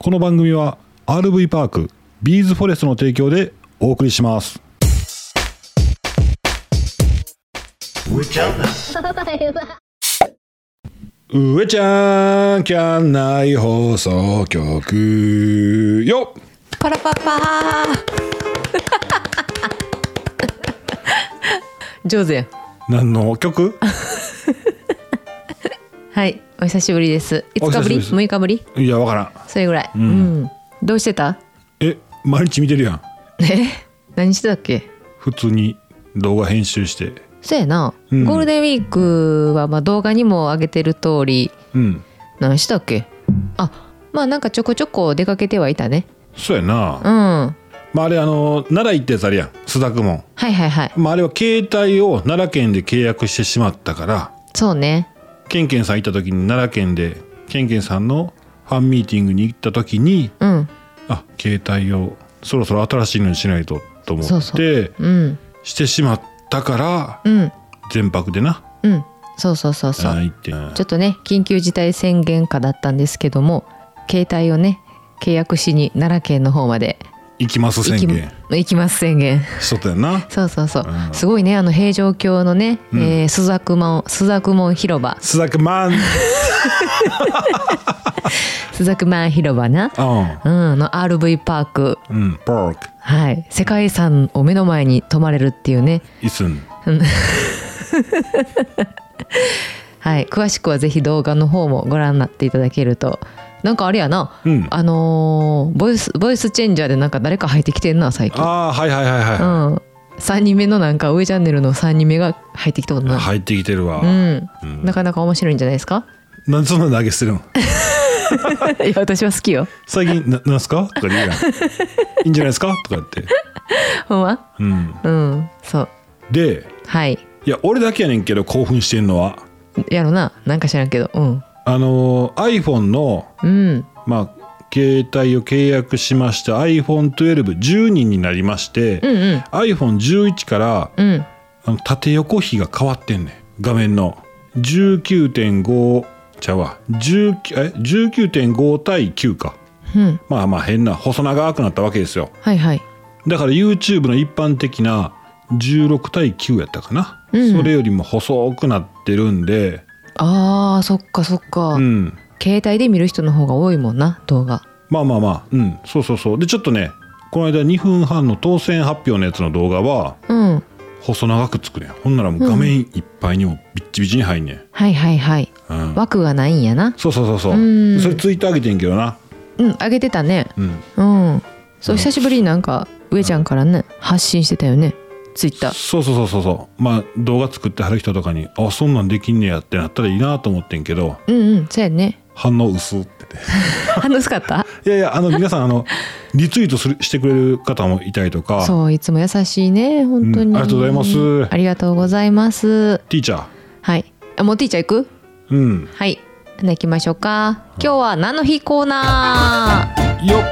この番組は RV パークビーズフォレストの提供でお送りします。上ちゃんキャン内放送局よっパラパパー上手やん。 何の曲？ はい、お久しぶりです。5日ぶり6日ぶり、 いやわからん。 それぐらい、うん、どうしてた？ 毎日見てるやん。 何してたっけ？ 普通に動画編集して。 そうやな、ゴールデンウィークはまあ動画にも上げてる通り、何したっけ？まあなんかちょこちょこ出かけてはいたね。 そうやな。まああれ奈良行ったやつあるやん、朱雀門。はいはいはい。まああれは携帯を奈良県で契約してしまったから。 そうね。 ケンケンさん行った時に奈良県でケンケンさんのファンミーティングに行った時に、携帯をそろそろ新しいのにしないとと思ってしてしまったから、全泊でな。そうちょっとね緊急事態宣言下だったんですけども、携帯をね契約しに奈良県の方まで行きます宣言しとったよな。そう、すごいね、平城京のね、朱雀門広場、朱雀門広場な、の RV パーク、はい、世界遺産を目の前に泊まれるっていうね。はい、詳しくはぜひ動画の方もご覧になっていただけると。なんかあれやな、ボイスチェンジャーでなんか誰か入ってきてんな最近。3人目のなんか上チャンネルの3人目が入ってきたことない。入ってきてるわ。なかなか面白いんじゃないですか。なんでそんな投げ捨てるの？いや私は好きよ。最近なんすかとか言うやん。いいんじゃないですかとか言って。ほんま？そう。で、はい。いや俺だけやねんけど興奮してんのは。やろな、なんか知らんけど。iPhone の、まあ携帯を契約しました iPhone12 人になりまして、iPhone11 から、縦横比が変わってんねん、画面の。19.5 ちゃうわ、19.5 対9か、まあ変な細長くなったわけですよ。だから YouTube の一般的な16対9やったかな、それよりも細くなってるんで。そっかそっか、携帯で見る人の方が多いもんな、動画。そうでちょっとね、この間2分半の当選発表のやつの動画は、細長く作れん。ほんならもう画面いっぱいにもビッチビチに入んねん。枠がないんやな。そう。それツイート上げてんけどな。上げてたね。そう、久しぶりになんか上ちゃんからね発信してたよね、ツイッター。そうまあ動画作ってはる人とかにそんなんできんねやってなったらいいなと思ってんけど、そうやね、反応薄ってて。反応薄かった？いや皆さんリツイートしてくれる方もいたりとか。そう、いつも優しいね、本当に、ありがとうございます。ありがとうございます。ティーチャー。はい、もうティーチャー行く？はい、行きましょうか。今日は何の日コーナーよっ。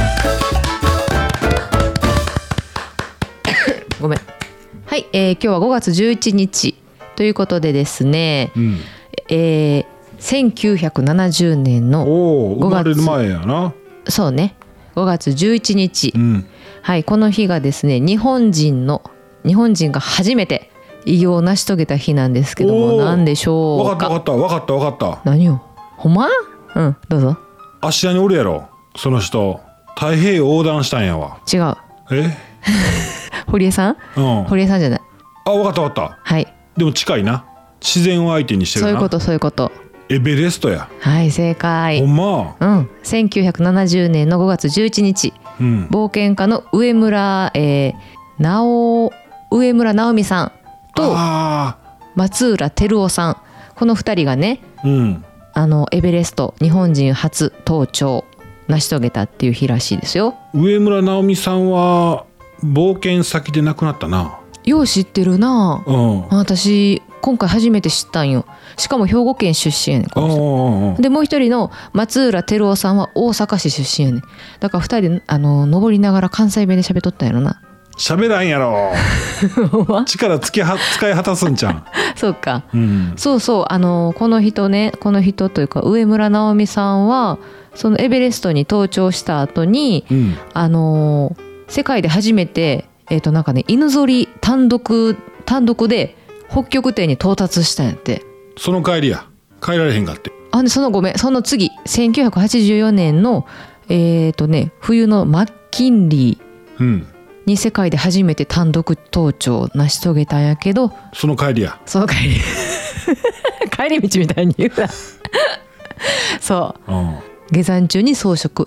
ごめん。はい、今日は5月11日ということでですね、1970年の5月、生まれる前やな。そうね、5月11日、はい、この日がですね、日本人が初めて偉業を成し遂げた日なんですけども、何でしょうか。分かった。何よ、ほんま？どうぞ。芦屋におるやろ、その人。太平洋横断したんやわ。違う。堀江さん？堀江さんじゃない。分かった。はい。でも近いな。自然を相手にしてるな。そういうこと。エベレストや。はい、正解。ほんま。1970年の5月11日、冒険家の上村直美さんと松浦照夫さん、この2人がね、エベレスト日本人初登頂成し遂げたっていう日らしいですよ。上村直美さんは冒険先で亡くなったな。よう知ってるな。私今回初めて知ったんよ。しかも兵庫県出身やねん、この人。でもう一人の松浦照夫さんは大阪市出身やねん。だから二人で登りながら関西弁で喋っとったんやろな。喋らんやろ。力使い果たすんちゃん。そうか、そうこの人というか上村直美さんはそのエベレストに登頂した後に、世界で初めてなんかね犬ぞり単独で北極点に到達したんやって。 その帰りや帰られへんかって。 その次1984年の冬のマッキンリーに世界で初めて単独登頂を成し遂げたんやけど、 その帰りや。 その帰り帰り道みたいに言うなそう、下山中に消息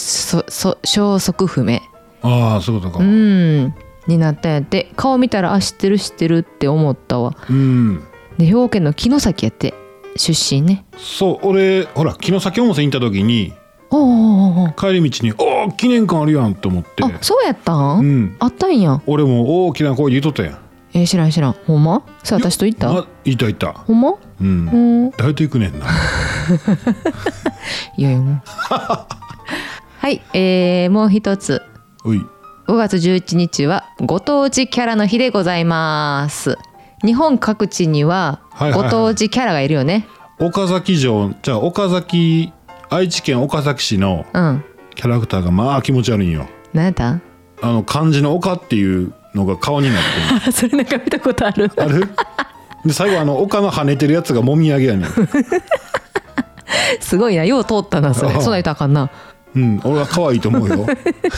不明。 ああそういうことか。 になったんやって。顔見たら知ってるって思ったわ。で兵庫県の城崎やって出身ね。 そう俺ほら城崎温泉行った時に帰り道に記念館あるやんと思って。 あそうやったん、あったんや。 俺も大きな声で言っとったやん。 知らんほんま。さあ私と行った？ 行ったほんま。 誰と行くねんな。 いやいやもうはい、もう一つ。5月11日はご当地キャラの日でございます。日本各地にはご当地キャラがいるよね。 岡崎城じゃあ愛知県岡崎市のキャラクターがまあ気持ち悪いんよ。 何やった？ 漢字の岡っていうのが顔になってる。 それなんか見たことある。 ある？で最後岡の跳ねてるやつがもみあげやねん。 すごいな、よう通ったなそれ。そんな言うとあかんな。 俺は可愛いと思うよ。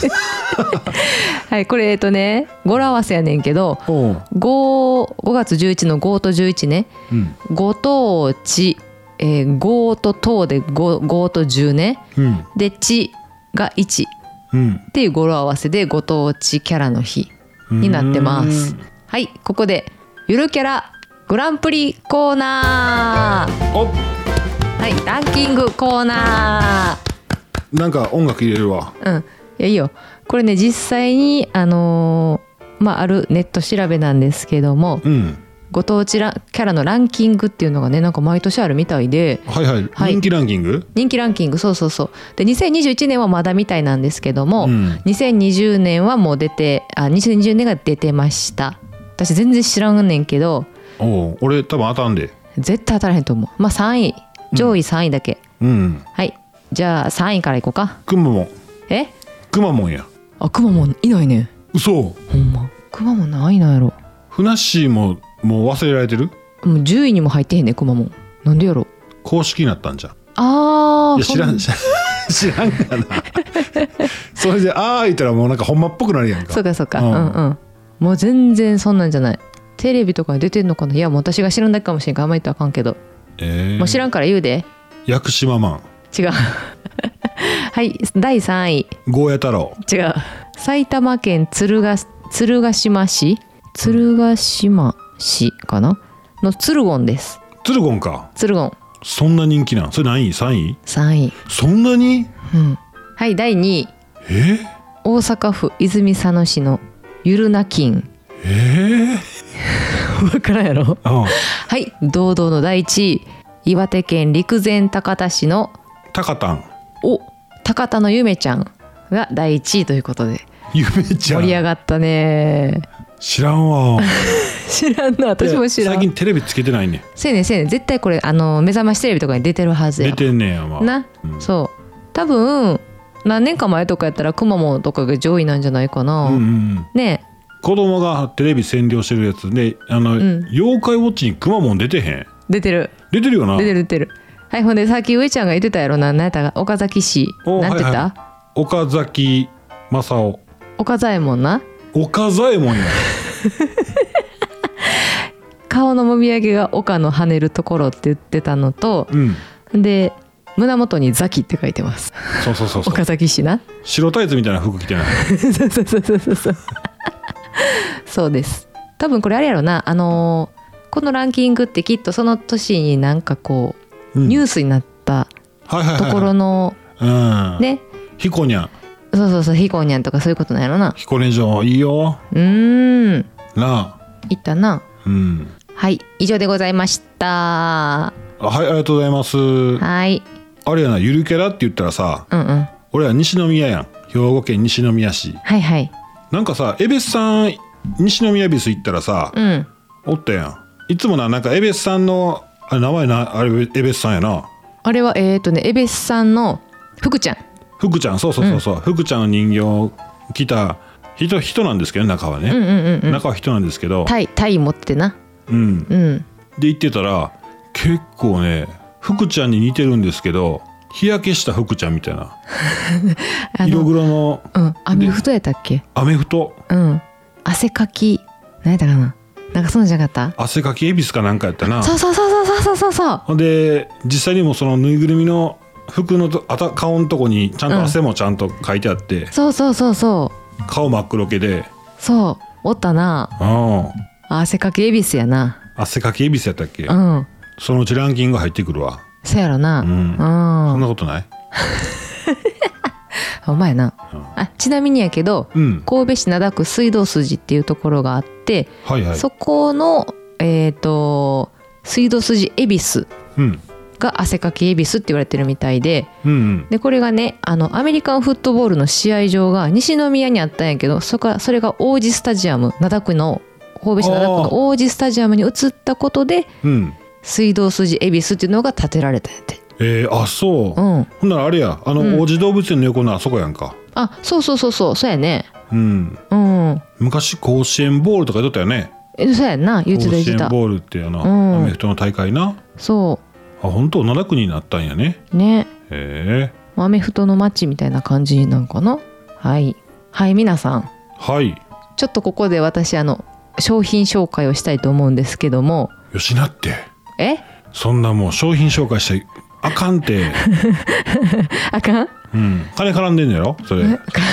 はいこれ語呂合わせやねんけど、5月11の5と11ね、ご当地、5と10で 5と10ね、で地が1、っていう語呂合わせでご当地キャラの日になってます。はい、ここでゆるキャラグランプリコーナー。はい、ランキングコーナー。 なんか音楽入れるわ。 いいよ。これね実際にあるネット調べなんですけども、ご当地キャラのランキングっていうのがねなんか毎年あるみたいで、 人気ランキングそうで2021年はまだみたいなんですけども、2020年はもう2020年が出てました。私全然知らんねんけど。 俺多分当たんで。 絶対当たらへんと思う。3位上位3位だけ。はいじゃあ3位からいこうか。 くまモン。くまモンや。 くまモンいないね。 嘘。 ほんまくまモン何位なんやろ。 ふなっしーもう忘れられてる。 もう10位にも入ってへんねくまモン。なんでやろ。 公式になったんじゃん。 いや知らんかな。それで言ったらもうなんかほんまっぽくなるやんか。 そうかもう全然そんなんじゃない。テレビとかに出てんのかな。いやもう私が知らんだけかもしれんからあんまり言ったらあかんけど、もう知らんから言うで。 屋久島マン。 違うはい第3位ゴーヤ太郎。 違う。埼玉県鶴ヶ島市かなのツルゴンです。 ツルゴンか。 ツルゴンそんな人気なん。それ何位？3位 ？3位。そんなに？ はい第2位大阪府泉佐野市のゆるな金。分からんやろ。はい堂々の第1位岩手県陸前高田市の高田ん。 高田のゆめちゃんが第1位ということで。 ゆめちゃん盛り上がったね。 知らんわ。 知らんな。私も知らん。 最近テレビつけてないね。 せやねん絶対これ目覚ましテレビとかに出てるはずや。 出てんねやな、そう多分何年か前とかやったらくまモンとかが上位なんじゃないかな。ね子供がテレビ占領してるやつで妖怪ウォッチにくまモン出てへん？出てるよな。 出てる。はい、ほんでさっき上ちゃんが言ってたやろな。何やったか岡崎市なんて言った？ 岡崎正夫。 岡左衛門な。 岡左衛門や。 顔のもみあげが岡の跳ねるところって言ってたのと、で胸元にザキって書いてます。そう岡崎市な。 白タイツみたいな服着てない。 そうそうです。多分これあれやろな。このランキングってきっとその年になんかこう、ニュースになったところのね。 ひこにゃん。 そうひこにゃんとかそういうことなんやろな。 彦根城いいよ。なあ。 いったな。はい以上でございました。 はいありがとうございます。 はい。 あれやなゆるキャラって言ったらさ、俺は西宮やん。兵庫県西宮市。なんかさエベスさん西宮ビス行ったらさ、おったやん。いつもなんかエベスさんの名前あれエベスさんやな。 あれはエベスさんの福ちゃんそうそうそうそう、福ちゃんの人形を着た人なんですけど、中はね、中は人なんですけど、 タイ持ってな、 で言ってたら結構ね福ちゃんに似てるんですけど、日焼けした福ちゃんみたいな色黒の、 アメフトやったっけ。 アメフト、 汗かき何やったかな、なんかそんなんじゃなかった。 汗かき恵比寿かなんかやったな。 そうで実際にもそのぬいぐるみの服の顔のとこにちゃんと汗もちゃんと書いてあって、 そう顔真っ黒けで、 そうおったな。汗かき恵比寿やな。 汗かき恵比寿やったっけ。そのうちランキング入ってくるわ。 そうやろな。 そんなことない。 お前な。ちなみにやけど、神戸市灘区水道筋っていうところがあって、そこの水道筋恵比寿が汗かき恵比寿って言われてるみたいで、でこれがねアメリカンフットボールの試合場が西宮にあったんやけど、それが王子スタジアム、灘区の神戸市灘区の王子スタジアムに移ったことで、水道筋恵比寿っていうのが建てられたんやって。 そう。ほんならあれや、王子動物園の横のあそこやんか。 そうやね。 昔甲子園ボールとかやっとったよね。 そうやんな、言うてた言うてた。 甲子園ボールってアメフトの大会な。 そう。 本当灘区になったんやね。 アメフトの街みたいな感じなんかな。はい皆さん。ちょっとここで私商品紹介をしたいと思うんですけども。 よしなって。そんなもう商品紹介してあかんて。 あかん？ 金絡んでんのやろそれ。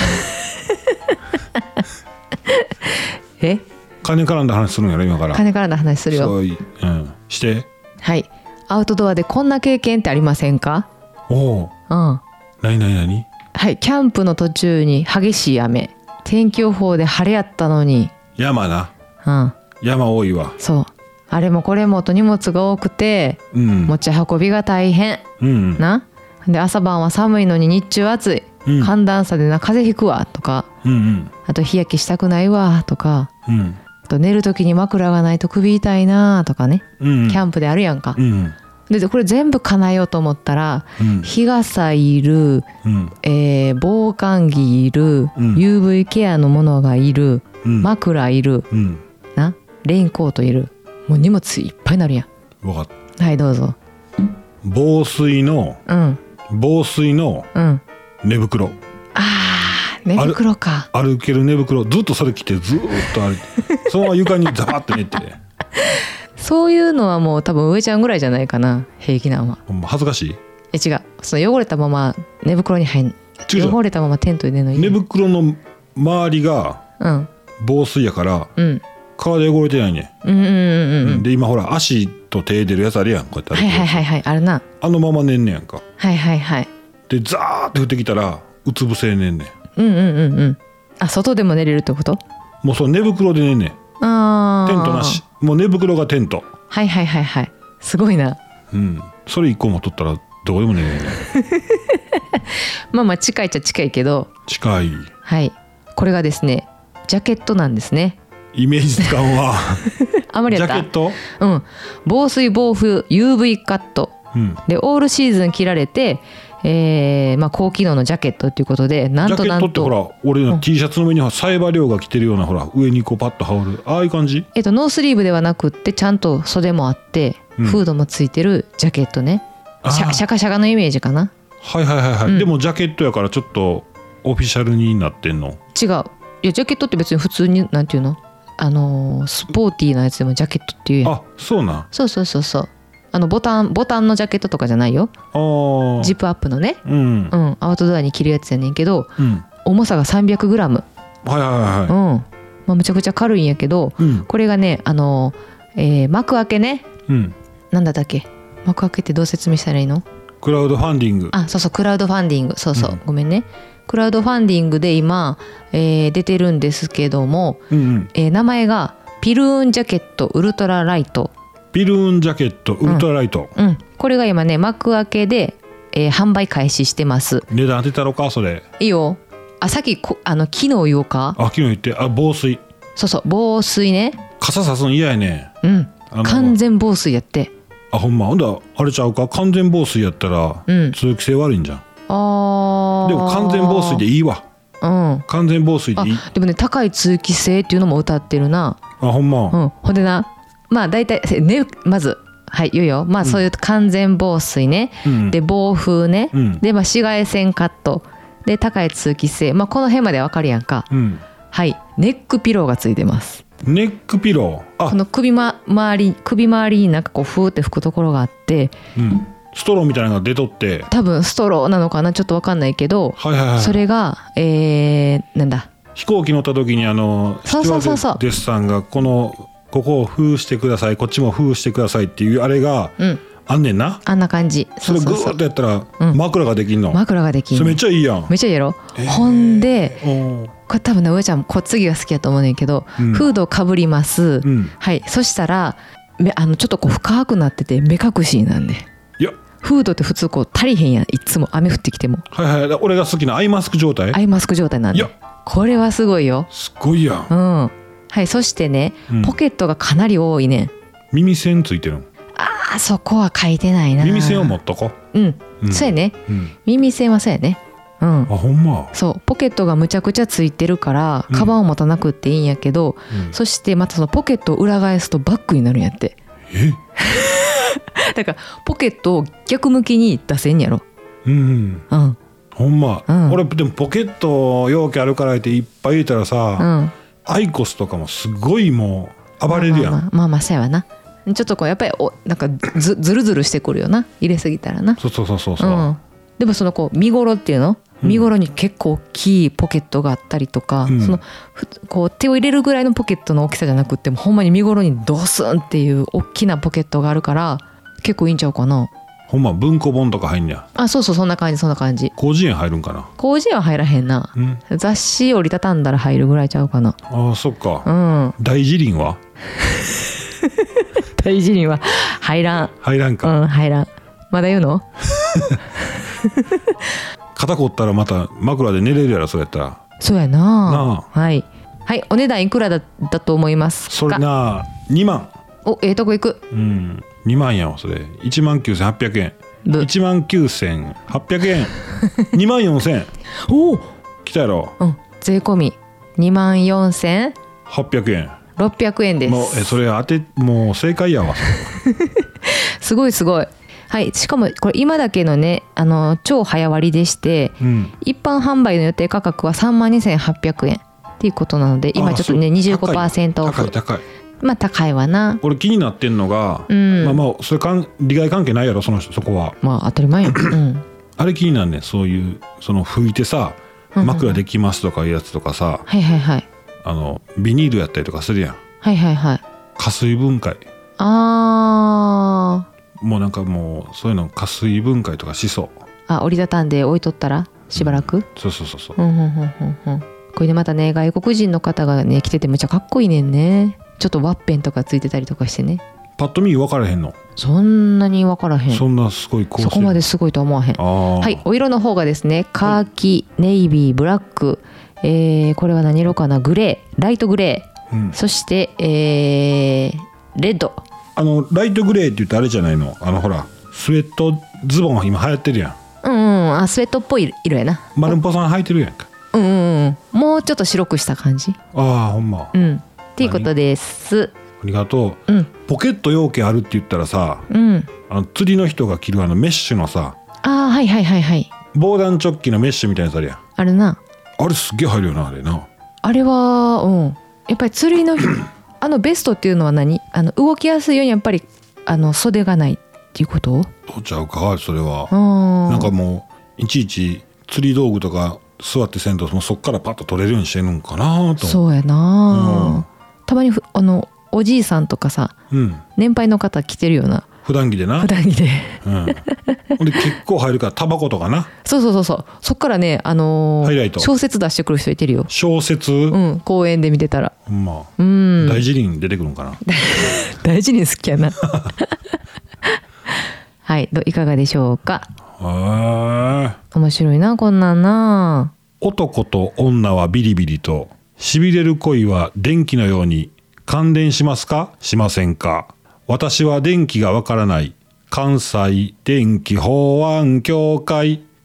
金絡んだ話するんやろ今から。 金絡んだ話するよ。 そう、して。 アウトドアでこんな経験ってありませんか？何？ キャンプの途中に激しい雨、天気予報で晴れやったのに。 山な。山多いわ。 そう。あれもこれもと荷物が多くて、持ち運びが大変、な。で朝晩は寒いのに日中暑い、寒暖差で風邪ひくわとか、あと日焼けしたくないわとか、あと寝る時に枕がないと首痛いなとかね、キャンプであるやんか。でこれ全部叶えようと思ったら、日傘いる、防寒着いる、UV ケアのものがいる、枕いる、な、レインコートいる。もう荷物いっぱいになるやん。 分かった。 はいどうぞ。 防水の寝袋。 寝袋か。 歩ける寝袋、ずっとそれ着てずっと歩いてそのまま床にザバッと寝て。 そういうのはもう多分上ちゃんぐらいじゃないかな、平気なんは。 恥ずかしい？ 違う、その汚れたまま寝袋に入ん、汚れたままテントに寝るのいい。 寝袋の周りが防水やから、皮で汚れてないね。で今ほら足と手出るやつあるやん、こうやってあるな。 あのまま寝んねやんか。でザーって降ってきたらうつ伏せ寝んねん。 外でも寝れるってこと？ もうその寝袋で寝んねん。テントなし、もう寝袋がテント。 すごいな。 それ一個も取ったらどこでも寝れんねん。 まあ近いっちゃ近いけど。 近い。 これがですねジャケットなんですね。 イメージつかんわ。 あまりやった。 ジャケット？ 防水防風 UV カット、でオールシーズン着られて、高機能のジャケットっていうことで、なんとジャケットってほら俺の T シャツの上にはサイバリョウが着てるような、ほら上にこうパッと羽織るああいう感じ。 ノースリーブではなくってちゃんと袖もあって、フードもついてるジャケットね。シャカシャカのイメージかな。 でもジャケットやからちょっとオフィシャルになってんの？違う。 いやジャケットって別に普通になんていうの、スポーティーなやつでもジャケットっていうやん。 そうなん。 そうボタンのジャケットとかじゃないよ。ジップアップのね、アウトドアに着るやつやねんけど、重さが 300g。むちゃくちゃ軽いんやけど、これがね幕開けね、なんだったっけ、幕開けってどう説明したらいいの？ クラウドファンディング。 クラウドファンディング。ごめんね。クラウドファンディングで今、出てるんですけども、名前がピルーンジャケットウルトラライト。 ピルーンジャケットウルトラライト。 これが今ね幕開けで、販売開始してます。 値段当てたろかそれ。 いいよ。さっき機能言おうか。 機能言って。防水。 防水ね。 傘さすの嫌やね。 完全防水やって。 ほんま。ほんだあれちゃうか、完全防水やったら、通気性悪いんじゃん。 でも完全防水でいいわ。完全防水でいい。 でもね、高い通気性っていうのも歌ってるな。 ほんま。 ほんでな、まあ大体ね、まず言うよ。まあそういう完全防水ね、で防風ね、でまあ紫外線カットで高い通気性、まあこの辺までわかるやんか。はい、ネックピローがついてます。 ネックピロー。 この首周りになんかこうふーって吹くところがあって、 ストローみたいなのが出とって、 多分ストローなのかな、ちょっと分かんないけど、それがなんだ、 飛行機乗った時にスチュワーデスさんがここを封してください、こっちも封してくださいっていうあれがあんねんな。 あんな感じ。 それグーッとやったら枕ができんの。 枕ができんの。 それめっちゃいいやん。 めっちゃいいやろ。ほんでこれ多分ね、上ちゃん次が好きやと思うねんけど、フードをかぶります。はい、そしたらちょっとこう深くなってて目隠しなんで。 いや、 フードって普通こう足りへんやん、いつも雨降ってきても。 俺が好きなアイマスク状態。 アイマスク状態なんで。これはすごいよ。 すごいやん。 はい、そしてね、ポケットがかなり多いねん。 耳栓ついてるの？ そこは書いてないな。 耳栓を持っとこう。そうやね。耳栓はそうやね。 ほんま。 そうポケットがむちゃくちゃついてるからカバンを持たなくっていいんやけど、そしてまたそのポケットを裏返すとバッグになるんやって。だからポケットを逆向きに出せんやろ。 ほんま。俺でもポケット容器あるからっていっぱい入れたらさ、アイコスとかもすごいもう暴れるやん。 まあそうやわな。ちょっとこうやっぱりなんかずるずるしてくるよな、入れすぎたらな。 そう。 でもそのこう身頃っていうの、身頃に結構大きいポケットがあったりとか、そのこう手を入れるぐらいのポケットの大きさじゃなくっても、ほんまに身頃にドスンっていう大きなポケットがあるから結構いいんちゃうかな。 ほんま文庫本とか入んねや。 そうそんな感じ。 広辞苑入るんかな。 広辞苑は入らへんな。雑誌折りたたんだら入るぐらいちゃうかな。 そっか。大辞林は大辞林は入らんか。入らん。まだ言うの？ 肩凝ったらまた枕で寝れるやろ、それやったら。 そうやな。はい、お値段いくらだと思いますか？ それな、2万。 とこ行く。 2万やわ。それ19,800円。19,800円。24,000。来たやろ。 税込み24,800 円。 600円です。 もうそれもう正解やわ。 すごい。はい、しかもこれ今だけのね、超早割でして、一般販売の予定価格は32,800円っていうことなので、今ちょっとね 25% オフ。 高い。 まあ高いわな。 俺気になってんのが、それ利害関係ないやろ、そこは。 まあ当たり前や。 あれ気になんねん。そういうその拭いてさ、枕できますとかいうやつとかさ、ビニールやったりとかするやん。加水分解。もうなんかもうそういうの加水分解とかしそう。 折りたたんで置いとったらしばらく。 そう。 これでまたね、外国人の方がね来ててむちゃかっこいいねんね。ちょっとワッペンとかついてたりとかしてね。 パッと見分からへんの？ そんなに分からへん。 そんなすごい構成。 そこまですごいとは思わへん。はい、お色の方がですね、カーキ、ネイビー、ブラック、これは何色かな、グレー、ライトグレー、そして、レッド。 ライトグレーって言ってあれじゃないの、ほらスウェットズボン今流行ってるやん。 スウェットっぽい色やな。 丸んぽさん履いてるやんか。 もうちょっと白くした感じ。 ほんま。 っていうことです。 ありがとう。ポケット容器あるって言ったらさ、釣りの人が着るメッシュのさ、防弾チョッキのメッシュみたいなやつあるやん。 あるな。 あれすっげえ入るよな、あれな。 あれはやっぱり釣りのベストっていうのは何？動きやすいようにやっぱり袖がないっていうこと？ どうちゃうか、それは。なんかもういちいち釣り道具とか座ってせんと、もうそっからパッと取れるようにしてるんかなと。 そうやな。たまにおじいさんとかさ、年配の方着てるような。 普段着でな。 普段着で。 で結構入るからタバコとかな。 そう。そっからね、ハイライト小説出してくる人いてるよ。 小説？ 公園で見てたら。 大辞林出てくるんかな。 大辞林好きやな。はい、いかがでしょうか。面白いな、こんなんな。 男と女はビリビリと、しびれる恋は電気のように感電しますかしませんか。私は電気がわからない関西電気法案協会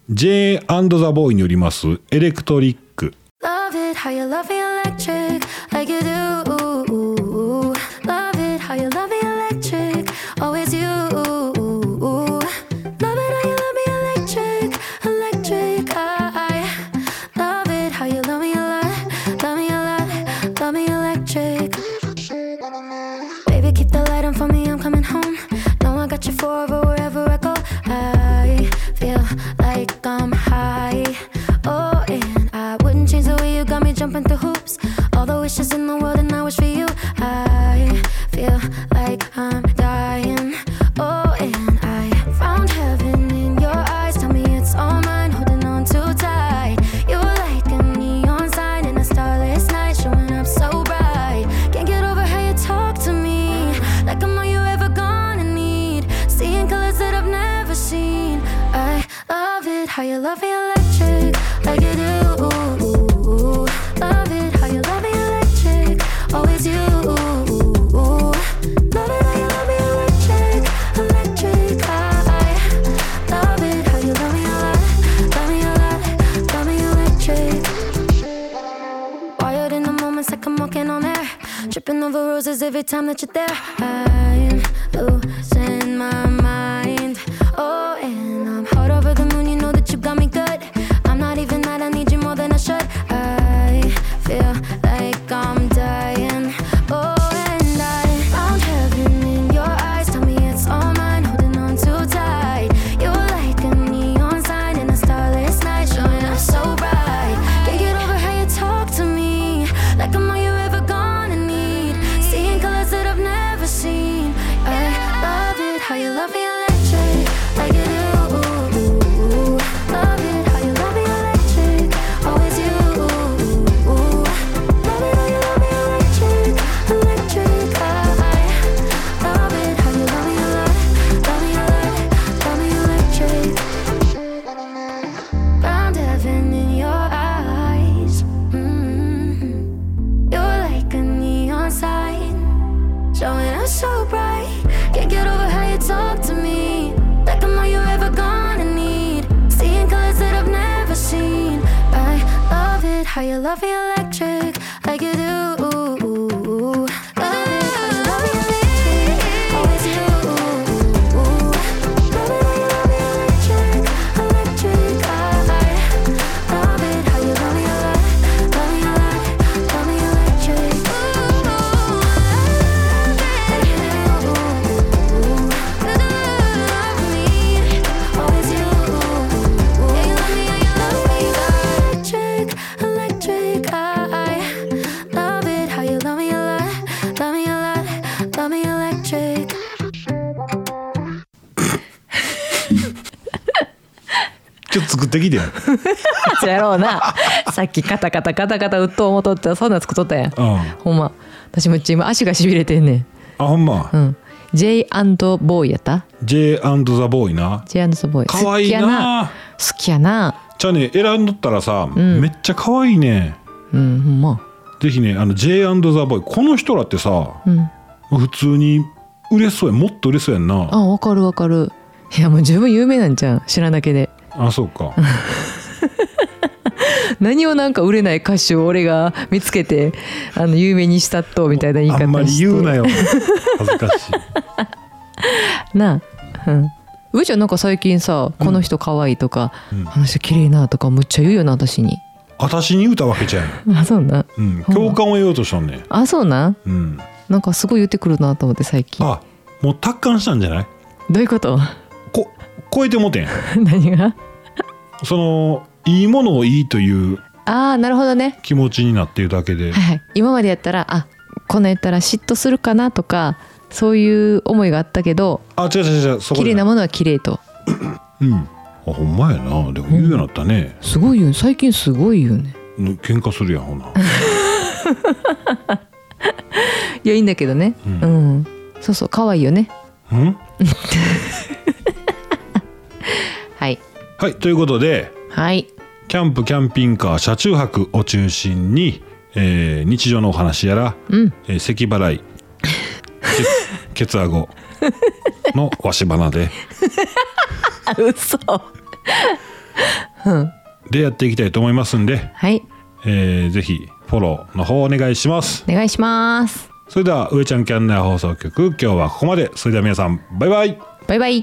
J&The Boy によりますエレクトリック。 Love it how you love me electric like you do. Love it how you love me electric, always you. Love it how you love me electric, electric. I love it how you love me a lot, love me a lot, love me electric. Baby, keep the light on for me, I'm coming home. Know I got you forever wherever I go. I feel like I'm high. Oh, and I wouldn't change the way you got me jumping through hoops. All the wishes in the world and I wish for you. I feel like I'm dying. Oh, and I found heaven in your eyes. Tell me it's all mine, holding on too tight. You're like a neon sign in a starless night, showing up so bright. Can't get over how you talk to me, like I'm all you ever gonna need. Seeing colors that I've never seen. I love it how you love me electric like you do. Love it how you love me electric, always you. Love it how you love me electric, electric. I love it how you love me a lot, love me a lot, love me electric. Wired in the moments like I'm walking on air, tripping over roses every time that you're there. I'm losing my mind. Oh, and I'm hot over the moon, you know that you got me good. I'm not even mad, I need you more than I should. I feel like I'm dying. Oh, and I found heaven in your eyes. Tell me it's all mine, holding on too tight. You're like a neon sign in a starless night, showing up so bright. Can't get over how you talk to me, like I'm all you ever gonna need. Seeing colors that I've never seen. I love it how you love me electric like you do. Love it how you love me electric, always you. Love it how you love me electric, electric. I love it how you love me a lot, love me a lot, love me electric. Found heaven in your eyes. You're like a neon sign, showing up so bright. Can't get over how you talk to me, like I'm all you ever gonna need. Seeing colors that I've never seen. I love it how you love me electric like you do. Love it how you love me electric, always you. Love it how you love me electric, electric. I love it how you love me a lot, love me a lot, love me electric. Electric, I love it how you love me a lot, love me a lot, love me electric. ちょっと作ってきてや。 そうやろうな。さっきカタカタカタカタ打っと思っとったらそんなん作っとったやん。ほんま私も今足がしびれてんねん。 あ、ほんま。 J&The Boy やった J&The Boy な。 J&The Boy かわいいな。 好きやな。 じゃあね、選んどったらさ、めっちゃかわいいね。 ほんま。 ぜひね、J&The Boy この人らってさ、普通に売れそうやん、もっと売れそうやんな。 あ、わかるわかる。いやもう十分有名なんじゃん、知らんだけで。 あ、そうか。 何をなんか売れない歌手を俺が見つけて有名にしたっとみたいな言い方して。 あんまり言うなよ。恥ずかしい。なあ、うーちゃんなんか最近さ、この人可愛いとか、あの人綺麗なとかむっちゃ言うよな私に。 私に言うたわけじゃん。 あ、そうな。 共感を得ようとしたんね。 あ、そうな。なんかすごい言ってくるなと思って最近。 あ、もう達観したんじゃない？ どういうこと？ 超えてもてん。 何が？ そのいいものをいいというなるほどね、 気持ちになっているだけで、 今までやったらこんなん言ったら嫉妬するかなとかそういう思いがあったけど、 違う綺麗なものは綺麗と。 ほんまやな。でも言うようになったね。 すごいよ、最近すごいよね。 喧嘩するやんほな。 いやいいんだけどね。そうそう可愛いよね。はいということで、キャンプキャンピングカー車中泊を中心に、日常のお話やら、咳払いケツアゴのわし花で嘘うん、 でやっていきたいと思いますんで、 はい、 ぜひフォローの方お願いします。 お願いします。 それでは上ちゃんキャンナー放送局、今日はここまで。それでは皆さんバイバイ。 バイバイ。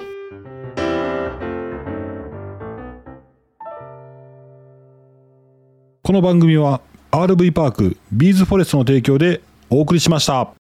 この番組は RV パークビーズフォレストの提供でお送りしました。